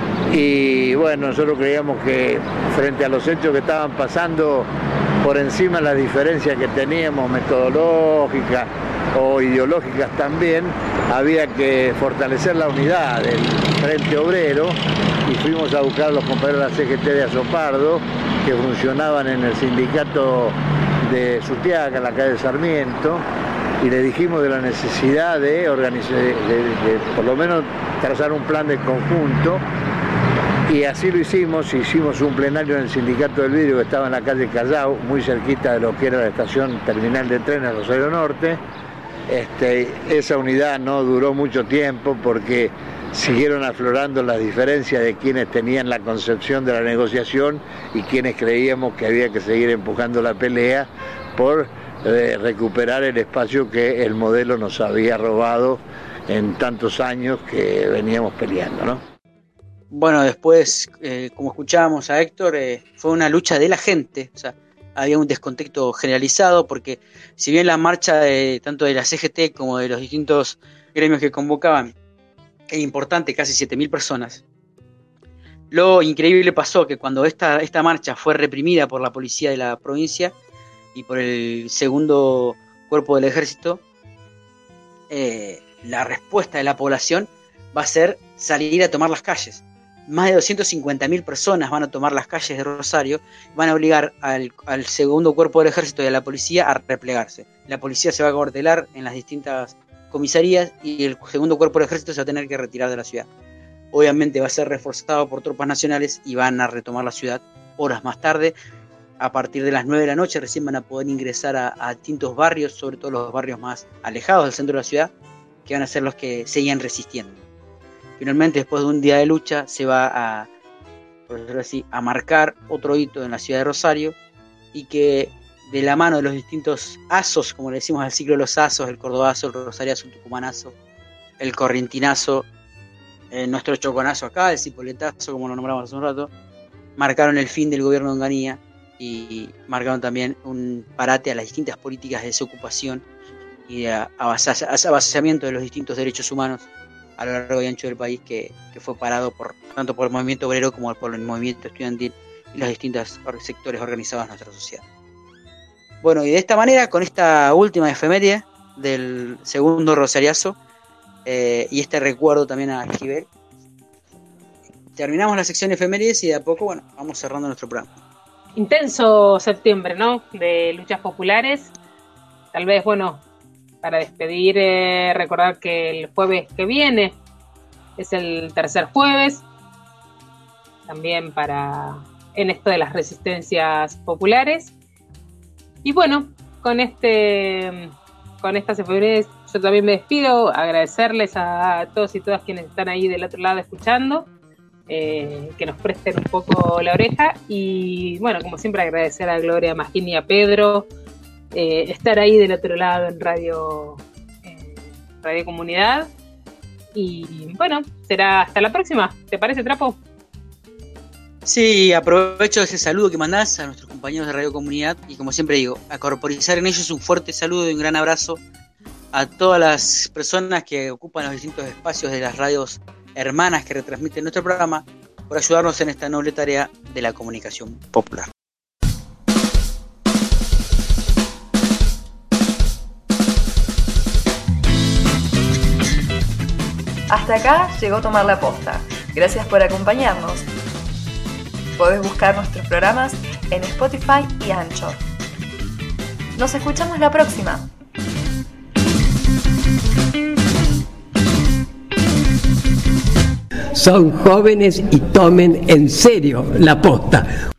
y bueno, nosotros creíamos que frente a los hechos que estaban pasando, por encima de las diferencias que teníamos metodológicas o ideológicas también, había que fortalecer la unidad del Frente Obrero, y fuimos a buscar a los compañeros de la C G T de Azopardo, que funcionaban en el sindicato de Sutiaca, en la calle Sarmiento, y le dijimos de la necesidad de organizar, de, de, de por lo menos trazar un plan de conjunto, y así lo hicimos. Hicimos un plenario en el Sindicato del Vidrio, que estaba en la calle Callao, muy cerquita de lo que era la estación terminal de trenes Rosario Norte. Este, esa unidad no duró mucho tiempo porque siguieron aflorando las diferencias de quienes tenían la concepción de la negociación y quienes creíamos que había que seguir empujando la pelea por eh, recuperar el espacio que el modelo nos había robado en tantos años que veníamos peleando, ¿no? Bueno, después, eh, como escuchábamos a Héctor, eh, fue una lucha de la gente. O sea, había un descontexto generalizado, porque si bien la marcha de, tanto de la C G T como de los distintos gremios que convocaban era importante, casi siete mil personas, lo increíble pasó que cuando esta, esta marcha fue reprimida por la policía de la provincia y por el segundo cuerpo del ejército, eh, la respuesta de la población va a ser salir a tomar las calles. Más de doscientas cincuenta mil personas van a tomar las calles de Rosario, van a obligar al, al segundo cuerpo del ejército y a la policía a replegarse. La policía se va a cuartelar en las distintas comisarías y el segundo cuerpo del ejército se va a tener que retirar de la ciudad. Obviamente va a ser reforzado por tropas nacionales y van a retomar la ciudad horas más tarde. A partir de las nueve de la noche recién van a poder ingresar a, a distintos barrios, sobre todo los barrios más alejados del centro de la ciudad, que van a ser los que seguían resistiendo. Finalmente, después de un día de lucha, se va a, por decirlo así, a marcar otro hito en la ciudad de Rosario, y que de la mano de los distintos azos, como le decimos al ciclo de los azos, el cordobazo, el rosariazo, el tucumanazo, el corrientinazo, eh, nuestro choconazo acá, el cipoletazo, como lo nombramos hace un rato, marcaron el fin del gobierno de Onganía y marcaron también un parate a las distintas políticas de desocupación y de avasallamiento de los distintos derechos humanos a lo largo y ancho del país, que, que fue parado por tanto por el movimiento obrero como por el movimiento estudiantil y los distintos sectores organizados de nuestra sociedad. Bueno, y de esta manera, con esta última efeméride del segundo rosariazo eh, y este recuerdo también a Esquivel, terminamos la sección de efemérides y de a poco, bueno, vamos cerrando nuestro programa. Intenso septiembre, ¿no? De luchas populares. Tal vez, bueno, para despedir, eh, recordar que el jueves que viene es el tercer jueves, también para en esto de las resistencias populares. Y bueno, con este con estas efemérides yo también me despido, agradecerles a todos y todas quienes están ahí del otro lado escuchando, eh, que nos presten un poco la oreja, y bueno, como siempre agradecer a Gloria, a Magín y a Pedro, eh, estar ahí del otro lado en Radio, eh, Radio Comunidad. Y bueno, será hasta la próxima. ¿Te parece, Trapo? Sí, aprovecho ese saludo que mandás a nuestros compañeros de Radio Comunidad y, como siempre digo, a corporizar en ellos un fuerte saludo y un gran abrazo a todas las personas que ocupan los distintos espacios de las radios hermanas que retransmiten nuestro programa, por ayudarnos en esta noble tarea de la comunicación popular. Hasta acá llegó Tomar la Posta. Gracias por acompañarnos. Podés buscar nuestros programas en Spotify y Anchor. Nos escuchamos la próxima. Son jóvenes y tomen en serio la posta.